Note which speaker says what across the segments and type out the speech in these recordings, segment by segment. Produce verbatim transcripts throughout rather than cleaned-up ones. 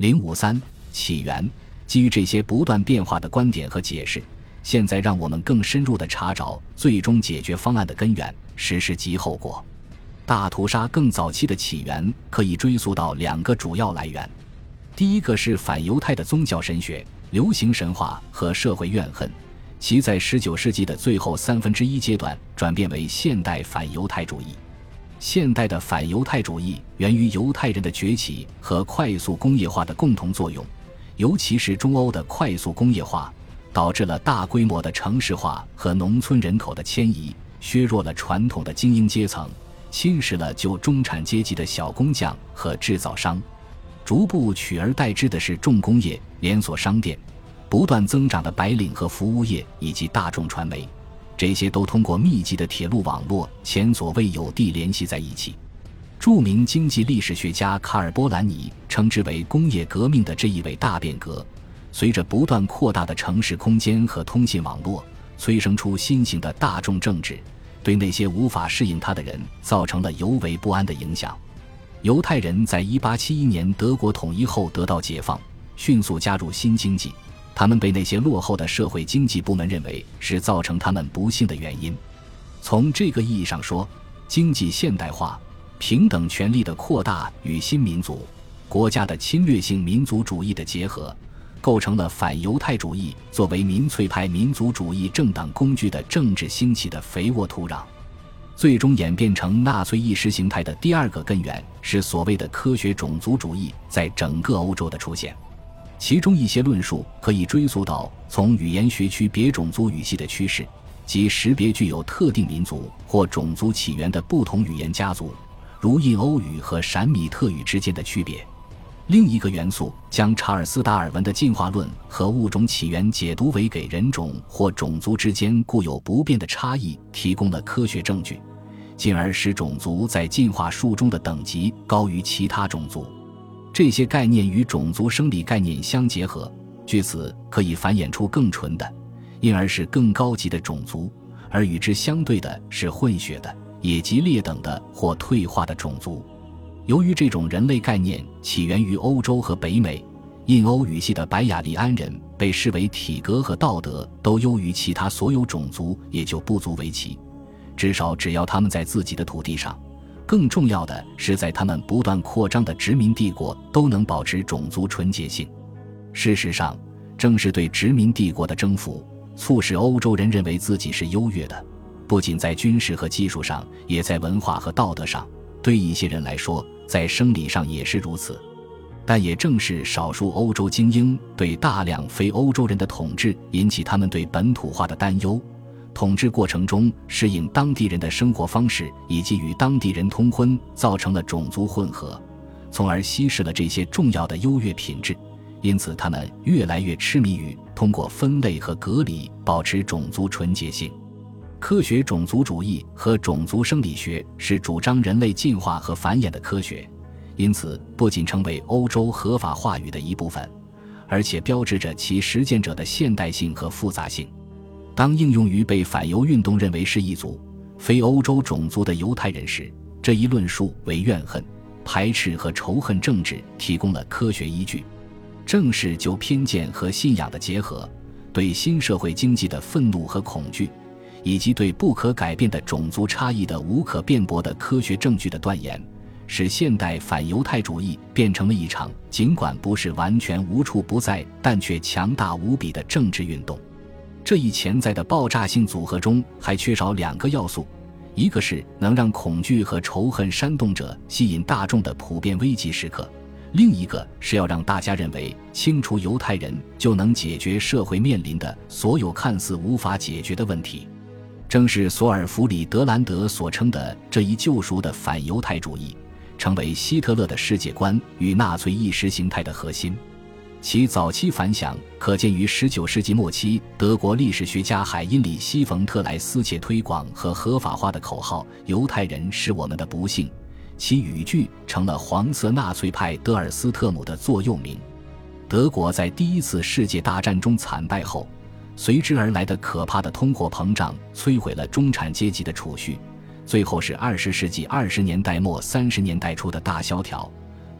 Speaker 1: 零五三起源。基于这些不断变化的观点和解释，现在让我们更深入地查找最终解决方案的根源、实施及后果。大屠杀更早期的起源可以追溯到两个主要来源，第一个是反犹太的宗教神学、流行神话和社会怨恨，其在十九世纪的最后三分之一阶段转变为现代反犹太主义。现代的反犹太主义源于犹太人的崛起和快速工业化的共同作用，尤其是中欧的快速工业化导致了大规模的城市化和农村人口的迁移，削弱了传统的精英阶层，侵蚀了旧中产阶级的小工匠和制造商。逐步取而代之的是重工业、连锁商店，不断增长的白领和服务业以及大众传媒，这些都通过密集的铁路网络前所未有地联系在一起。著名经济历史学家卡尔·波兰尼称之为工业革命的这一伟大变革，随着不断扩大的城市空间和通信网络，催生出新型的大众政治，对那些无法适应它的人造成了尤为不安的影响。犹太人在一八七一年德国统一后得到解放，迅速加入新经济，他们被那些落后的社会经济部门认为是造成他们不幸的原因。从这个意义上说，经济现代化、平等权利的扩大与新民族国家的侵略性民族主义的结合，构成了反犹太主义作为民粹派民族主义政党工具的政治兴起的肥沃土壤。最终演变成纳粹意识形态的第二个根源是所谓的科学种族主义在整个欧洲的出现，其中一些论述可以追溯到从语言学区别种族语系的趋势，即识别具有特定民族或种族起源的不同语言家族，如印欧语和闪米特语之间的区别。另一个元素将查尔斯·达尔文的进化论和物种起源解读为给人种或种族之间固有不变的差异提供了科学证据，进而使种族在进化树中的等级高于其他种族。这些概念与种族生理概念相结合，据此可以繁衍出更纯的，因而是更高级的种族，而与之相对的是混血的、野鸡劣等的或退化的种族。由于这种人类概念起源于欧洲和北美，印欧语系的白雅利安人被视为体格和道德都优于其他所有种族也就不足为奇，至少只要他们在自己的土地上，更重要的是在他们不断扩张的殖民帝国都能保持种族纯洁性。事实上，正是对殖民帝国的征服促使欧洲人认为自己是优越的，不仅在军事和技术上，也在文化和道德上，对一些人来说，在生理上也是如此。但也正是少数欧洲精英对大量非欧洲人的统治引起他们对本土化的担忧，统治过程中适应当地人的生活方式以及与当地人通婚，造成了种族混合，从而稀释了这些重要的优越品质。因此他们越来越痴迷于通过分类和隔离保持种族纯洁性。科学种族主义和种族生理学是主张人类进化和繁衍的科学，因此不仅成为欧洲合法话语的一部分，而且标志着其实践者的现代性和复杂性。当应用于被反犹运动认为是一族非欧洲种族的犹太人时，这一论述为怨恨、排斥和仇恨政治提供了科学依据。正是就偏见和信仰的结合，对新社会经济的愤怒和恐惧，以及对不可改变的种族差异的无可辩驳的科学证据的断言，使现代反犹太主义变成了一场尽管不是完全无处不在，但却强大无比的政治运动。这一潜在的爆炸性组合中还缺少两个要素，一个是能让恐惧和仇恨煽动者吸引大众的普遍危急时刻，另一个是要让大家认为清除犹太人就能解决社会面临的所有看似无法解决的问题。正是索尔弗里德兰德所称的这一救赎的反犹太主义，成为希特勒的世界观与纳粹意识形态的核心。其早期反响可见于十九世纪末期德国历史学家海因里希·冯·特莱斯切推广和合法化的口号“犹太人是我们的不幸”，其语句成了黄色纳粹派德尔斯特姆的座右铭。德国在第一次世界大战中惨败后，随之而来的可怕的通货膨胀摧毁了中产阶级的储蓄，最后是二十世纪二十年代末三十年代初的大萧条，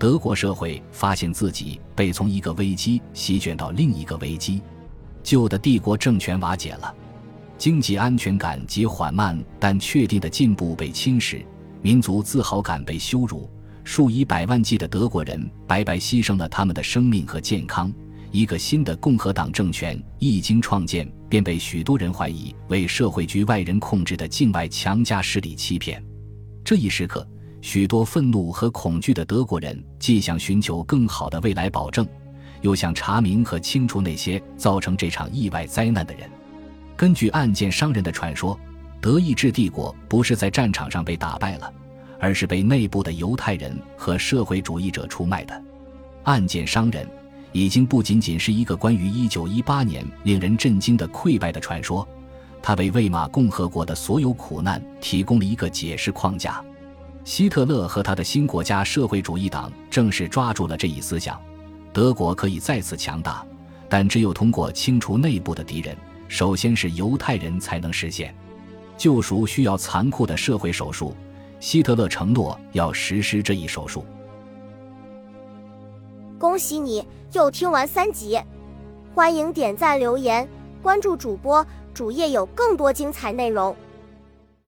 Speaker 1: 德国社会发现自己被从一个危机席卷到另一个危机，旧的帝国政权瓦解了，经济安全感及缓慢但确定的进步被侵蚀，民族自豪感被羞辱，数以百万计的德国人白白牺牲了他们的生命和健康。一个新的共和党政权一经创建，便被许多人怀疑为社会局外人控制的境外强加势力欺骗。这一时刻，许多愤怒和恐惧的德国人既想寻求更好的未来保证，又想查明和清除那些造成这场意外灾难的人。根据暗箭商人的传说，德意志帝国不是在战场上被打败了，而是被内部的犹太人和社会主义者出卖的。暗箭商人已经不仅仅是一个关于一九一八年令人震惊的溃败的传说，它为魏玛共和国的所有苦难提供了一个解释框架。希特勒和他的新国家社会主义党正是抓住了这一思想，德国可以再次强大，但只有通过清除内部的敌人，首先是犹太人才能实现。救赎需要残酷的社会手术，希特勒承诺要实施这一手术。
Speaker 2: 恭喜你又听完三集，欢迎点赞留言，关注主播，主页有更多精彩内容。